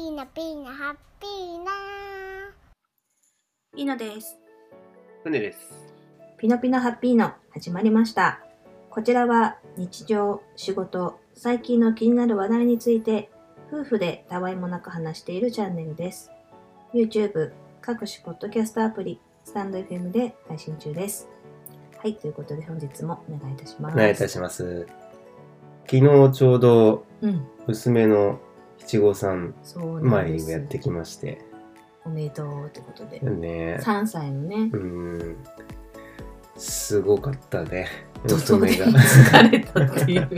ーナハッピーナピーノです。 船です。 ピノピノハッピーノ始まりました。こちらは日常、仕事、最近の気になる話題について夫婦でたわいもなく話しているチャンネルです。YouTube、各種ポッドキャストアプリ、スタンド FM で配信中です。はい、ということで本日もお願いいたします。 お願いいたします。昨日ちょうど娘の七五三参りをやってきまして、 おめでとうってことで、 ね、 3歳のね、 すごかったね、 娘が疲れたっていう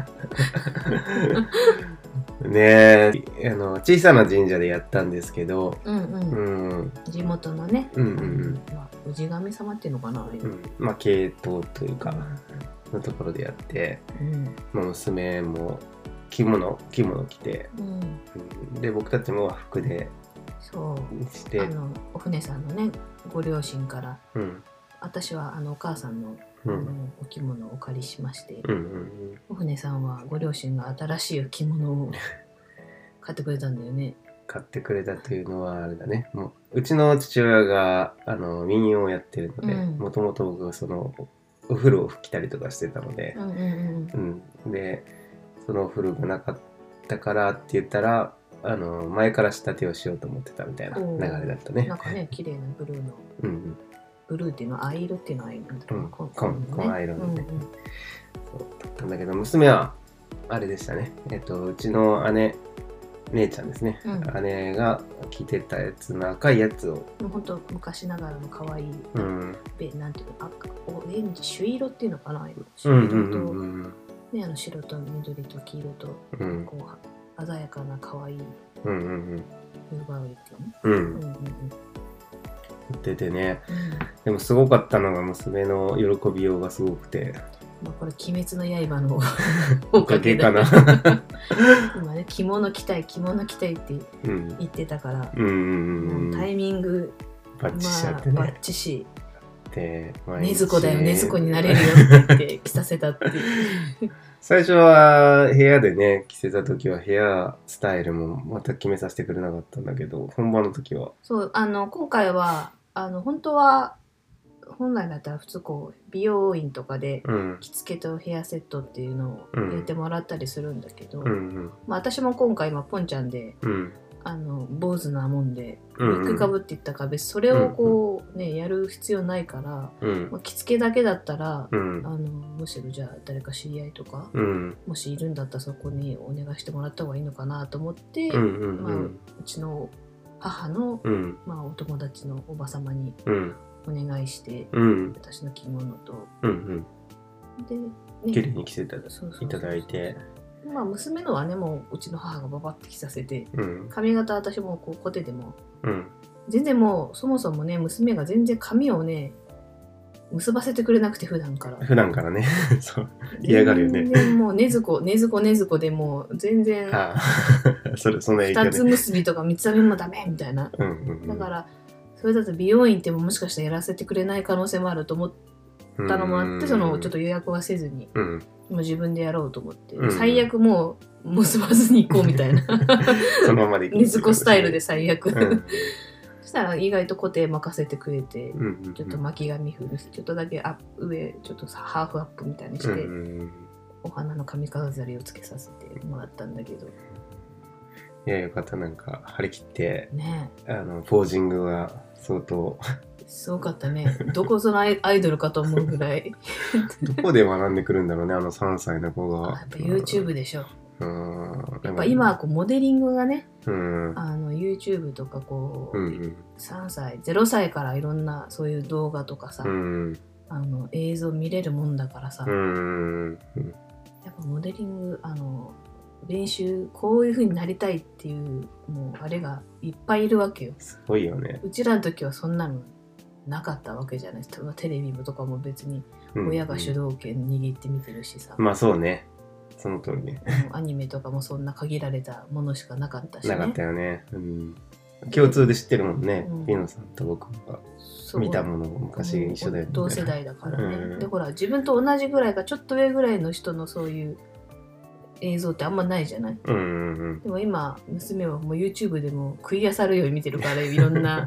ねえ、小さな神社でやったんですけど、 地元のね、氏神様っていうのかな、 系統というか、のところでやって、娘も着物着て、で僕たちも和服でしてお船さんのねご両親から、私はお母さんの、お着物をお借りしまして、お船さんはご両親が新しいお着物を買ってくれたんだよね。 買ってくれたというのはあれだね、もううちの父親が民謡をやってるので、もともと僕はそのお風呂を拭きたりとかしてたので、でそのお風呂がなかったからって言ったら前から仕立てをしようと思ってたみたいな流れだったね。 なんかね、綺麗なブルーの、ブルーっていうのは藍色っていうのは藍色なんだけど、 紺色のね、そうだったんだけど、娘はあれでしたね。うちの姉ちゃんですね、姉が着てたやつの赤いやつを、 本当昔ながらの可愛い、なんていうの、オレンジ朱色っていうのかな、朱色と、ね、白と緑と黄色と、こう鮮やかな可愛いブルーバウリっていうの、 出てね、でもすごかったのが娘の喜びようがすごくて、 これ鬼滅の刃のおかげかな今ね、着物着たいって言ってたから、タイミングバッチしちゃってね、 バッチしで、 禰豆子だよ、禰豆子になれるよって言って着させたっていう最初は部屋でね着せた時はヘアスタイルもまた決めさせてくれなかったんだけど、本番の時はそう、今回は本来だったら普通こう美容院とかで着付けとヘアセットっていうのをやってもらったりするんだけど、私も今回ポンちゃんで、坊主なもんでウィッグかぶっていったから別にそれをこうねやる必要ないから、着付けだけだったら、むしろじゃあ誰か知り合いとか、もしいるんだったらそこにお願いしてもらった方がいいのかなと思って、うちの母の、お友達のおばさまにお願いして、私の着物と、 綺麗に着せていただいて、 娘のはね、もううちの母がババッて着させて、髪型私もこうコテでも、全然もうそもそもね、娘が全然髪をね結ばせてくれなくて、普段からねそう嫌がるよね。 全然もうねずこでもう全然そんな影響で 2つ結びとか3つ編みもダメみたいな、だからそれだと美容院ってもしかしたらやらせてくれない可能性もあると思ったのもあって、ちょっと予約はせずに、もう自分でやろうと思って、最悪もう結ばずに行こうみたいなそのままでねずこスタイルで最悪、そしたら意外と固定任せてくれて、ちょっと巻き髪風にして、ちょっとだけ上ちょっとハーフアップみたいにして、お花の髪飾りをつけさせてもらったんだけど、 いや、よかった。なんか張り切ってね、 ポージングが相当すごかったね。どこぞのアイドルかと思うぐらいどこで学んでくるんだろうね、3歳の子が。 やっぱ YouTube でしょ。やっぱ今はこうモデリングがね、YouTube とかこう、3歳0歳からいろんなそういう動画とかさ、映像見れるもんだからさ、やっぱモデリング練習こういう風になりたいっていうもうあれがいっぱいいるわけよ。 すごいよね。 うちらの時はそんなのなかったわけじゃないですか。テレビとかも別に親が主導権握って見てるしさ、 そうね、その通りね。 アニメとかもそんな限られたものしかなかったしね。 なかったよね。共通で知ってるもんね、ピノさんと僕が見たもの昔一緒だよね。 同世代だからね。でほら自分と同じぐらいかちょっと上ぐらいの人のそういう映像ってあんまないじゃない、でも今娘はもう YouTube でも食い漁るように見てるからいろんな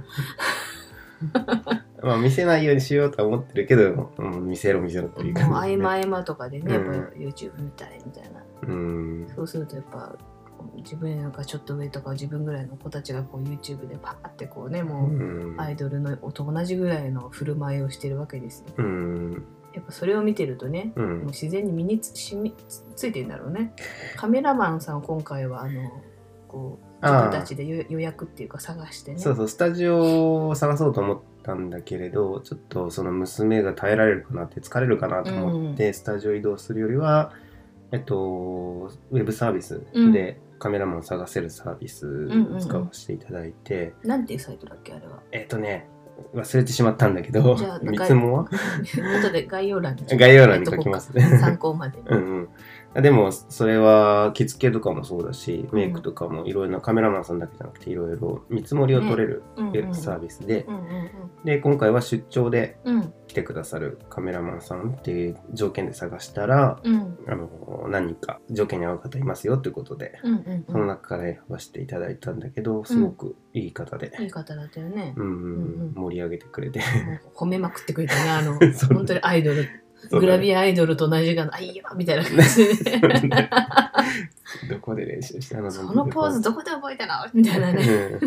まあ見せないようにしようとは思ってるけど、見せろっていう感じ、ね、 もう合間合間とかでね、やっぱ YouTube 見たいみたいな、そうするとやっぱ自分なんかちょっと上とか自分ぐらいの子たちがこう YouTube でパーってこうね、もうアイドルのと同じぐらいの振る舞いをしてるわけですよ、やっぱそれを見てるとね、もう自然に身についてるんだろうね。カメラマンさんを今回はこう自分たちで予約っていうか探してね、 そうスタジオを探そうと思ったんだけれど、ちょっとその娘が耐えられるかなって疲れるかなと思って、スタジオ移動するよりはウェブサービスでカメラマンを探せるサービスを使わせていただいて、 なんていうサイトだっけあれは。 忘れてしまったんだけど、見つもは後で概要欄に書きますね。 参考までに。 でもそれは着付けとかもそうだし、メイクとかもいろいろなカメラマンさんだけじゃなくていろいろ見積もりを取れるサービスで、で今回は出張で来てくださるカメラマンさんっていう条件で探したら、何人か条件に合う方いますよということで、その中から選ばせていただいたんだけど、すごくいい方で、 いい方だったよね。 盛り上げてくれて褒めまくってくれたね、本当にアイドル、グラビアアイドルと同じがいいよみたいな感じでどこで練習したの、 そのポーズどこで覚えたのみたいなね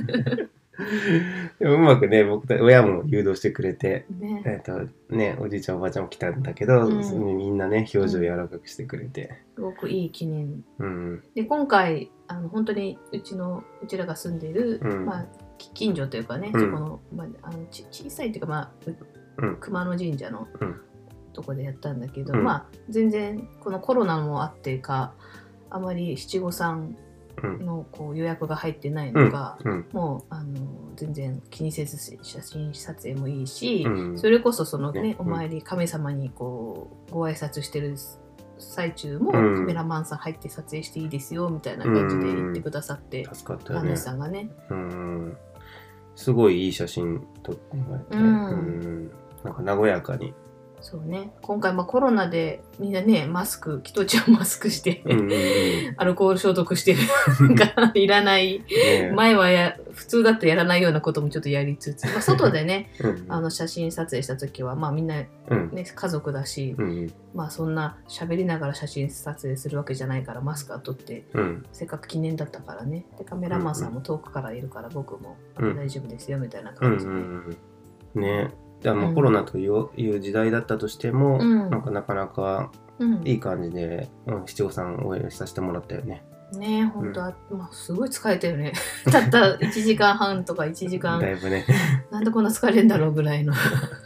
でもうまくね、僕たち親も誘導してくれて、おじいちゃんおばあちゃんも来たんだけど、みんなね表情柔らかくしてくれて、 すごくいい記念、で今回本当にうちらが住んでいる、近所というかね、そこの、小さいっていうか、熊野神社のとこでやったんだけど、全然このコロナもあってかあまり七五三のこう予約が入ってないのか、もう全然気にせず写真撮影もいいし、それこそそのね、お参り神様にこうご挨拶してる最中もカメラマンさん入って撮影していいですよみたいな感じで言ってくださって、 助かったよね。 神主さんがね、 すごいいい写真撮ってもらえて、なんか和やかに。 そうね、今回コロナでみんなねマスク、キトちゃんマスクして、アルコール消毒してるいらない、前は普通だとやらないようなこともちょっとやりつつ、外でね写真撮影した時はみんな、ね家族だし、そんな喋りながら写真撮影するわけじゃないからマスクは取って、せっかく記念だったからね、でカメラマンさんも遠くからいるから僕も、大丈夫ですよみたいな感じで、 ね。コロナという時代だったとしても、なかなかいい感じで、七五三応援させてもらったよね。 ねえ、本当は、すごい疲れたよね。たった1時間半とか1時間。 だいぶね。 なんでこんな疲れるんだろうぐらいの。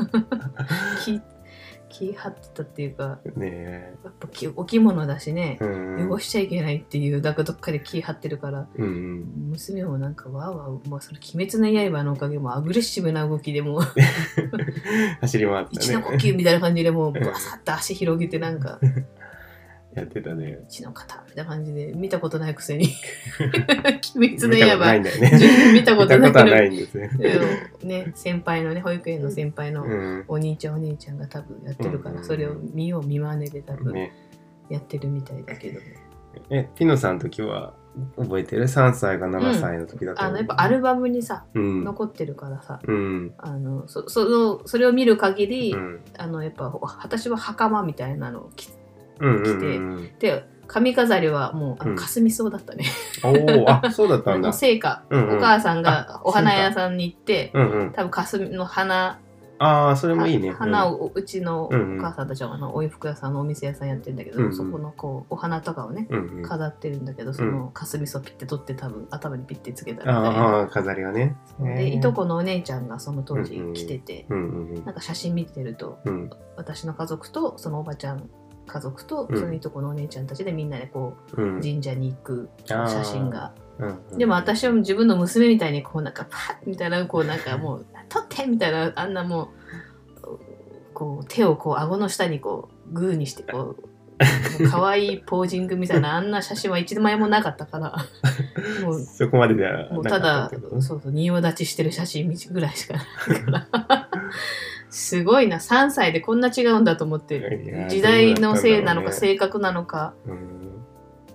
気張ってたっていうか、やっぱお着物だしね、汚しちゃいけないっていうどっかで気張ってるから、娘もなんかわーわー、それ鬼滅の刃のおかげもアグレッシブな動きでも走り回って一の呼吸みたいな感じでもうバサッと足広げてなんかやってたね。 一の肩みたいな感じで見たことないくせに鬼滅の刃見たことないんですね。先輩のね、保育園の先輩のお兄ちゃんお姉ちゃんが多分やってるから、それを見よう見まねで多分やってるみたいだけど、 ティノさんの時は覚えてる？3歳か7歳の時だと、 やっぱアルバムにさ、残ってるからさ、それを見る限り、やっぱ私は袴みたいなのを着て、で髪飾りはもうかすみ草だったね。 そうだったんだ。 生花、お母さんがお花屋さんに行って、多分かすみの花、 それもいいね。 花をうちのお母さんたちはお洋服屋さんのお店屋さんやってるんだけど、そこのこうお花とかをね飾ってるんだけど、そのかすみ草ピッて取って多分頭にピッてつけたみたいな飾りをね。 でいとこのお姉ちゃんがその当時来てて、なんか写真見てると、私の家族とそのおばちゃん家族とそのいとこのお姉ちゃんたちでみんなでこう、神社に行く写真が、でも私は自分の娘みたいにこうなんかパッみたいなこうなんかもう撮ってみたいな、あんなもうこう手をこう顎の下にこうグーにしてこう可愛いポージングみたいなあんな写真は一枚もなかったからもうそこまでではもうただそう仁王立ちしてる写真ぐらいしかないからすごいな、3歳でこんな違うんだと思って、時代のせいなのか性格なのか、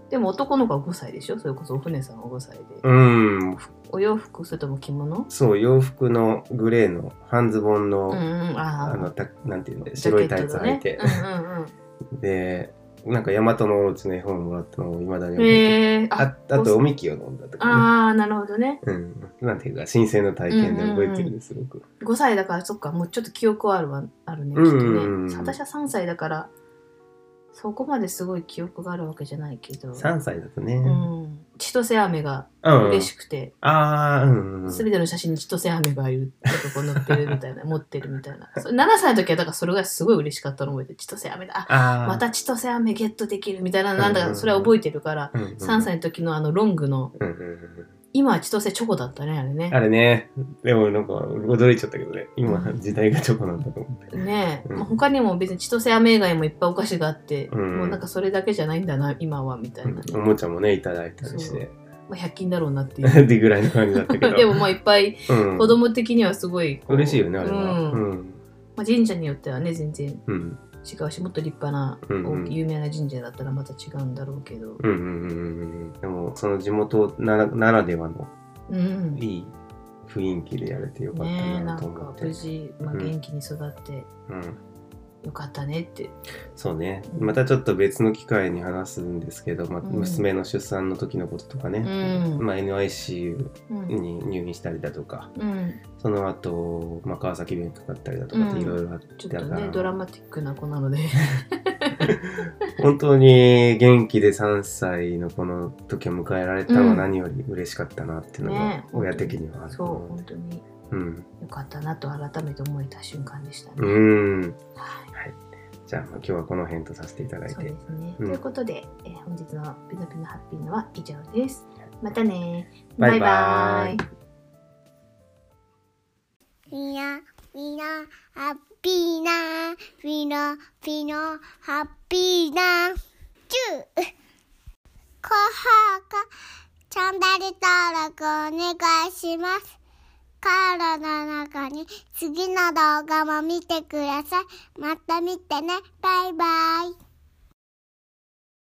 でも男の子は5歳でしょ。それこそお船さんは5歳で。お洋服、それとも着物？ そう、洋服のグレーの半ズボンの、なんていうの、白いタイツ履いて。で、なんか大和のオロチの絵本をもらったのを未だに覚えてる。あとおみきを飲んだとかね。 ああ、なるほどね。 なんていうか、新鮮な体験で覚えてるんです、すごく。 5歳だから、そっか、もうちょっと記憶はあるね、きっとね。私は3歳だから、そこまですごい記憶があるわけじゃないけど。 3歳だとね。 千歳飴が嬉しくて。 すべての写真に千歳飴がいる。こう載ってるみたいな、持ってるみたいな。7歳の時は、だからそれがすごい嬉しかったのを覚えて、千歳飴だ。また千歳飴ゲットできるみたいな、なんだか、それは覚えてるから、3歳の時のロングの、今は千歳チョコだったね、あれね。 あれね。でもなんか驚いちゃったけどね。今時代がチョコなんだと思って。 ねえ。他にも別に千歳飴以外もいっぱいお菓子があって、もうなんかそれだけじゃないんだな、今は、みたいな。 おもちゃもね、いただいたりして。 100均だろうなっていう。 ってぐらいの感じだったけど。 でもまあいっぱい、子供的にはすごい。 嬉しいよね、あれは。 神社によってはね、全然違うし、もっと立派な、有名な神社だったらまた違うんだろうけど。 でも、その地元ならではの、いい雰囲気でやれてよかったなと思って。 なんか無事、元気に育って、よかったねって。 そうね。またちょっと別の機会に話すんですけど、娘の出産の時のこととかね、NICU に入院したりだとか、その後、川崎病院とかあったりだとかっていろいろあって、 ちょっとね、ドラマティックな子なので。 本当に元気で3歳の子の時を迎えられたのは何より嬉しかったなっていうのが親的にはある。 そう、本当によかったなと改めて思えた瞬間でしたね。 じゃあ今日はこの辺とさせていただいて。 そうですね。ということで、本日のピノピノハッピーのは以上です。またね。バイバイ。 みなハッピーなピノピノハッピーな高評価チャンネル登録お願いします。カードの中に次の動画も見てください。また見てね。バイバイ。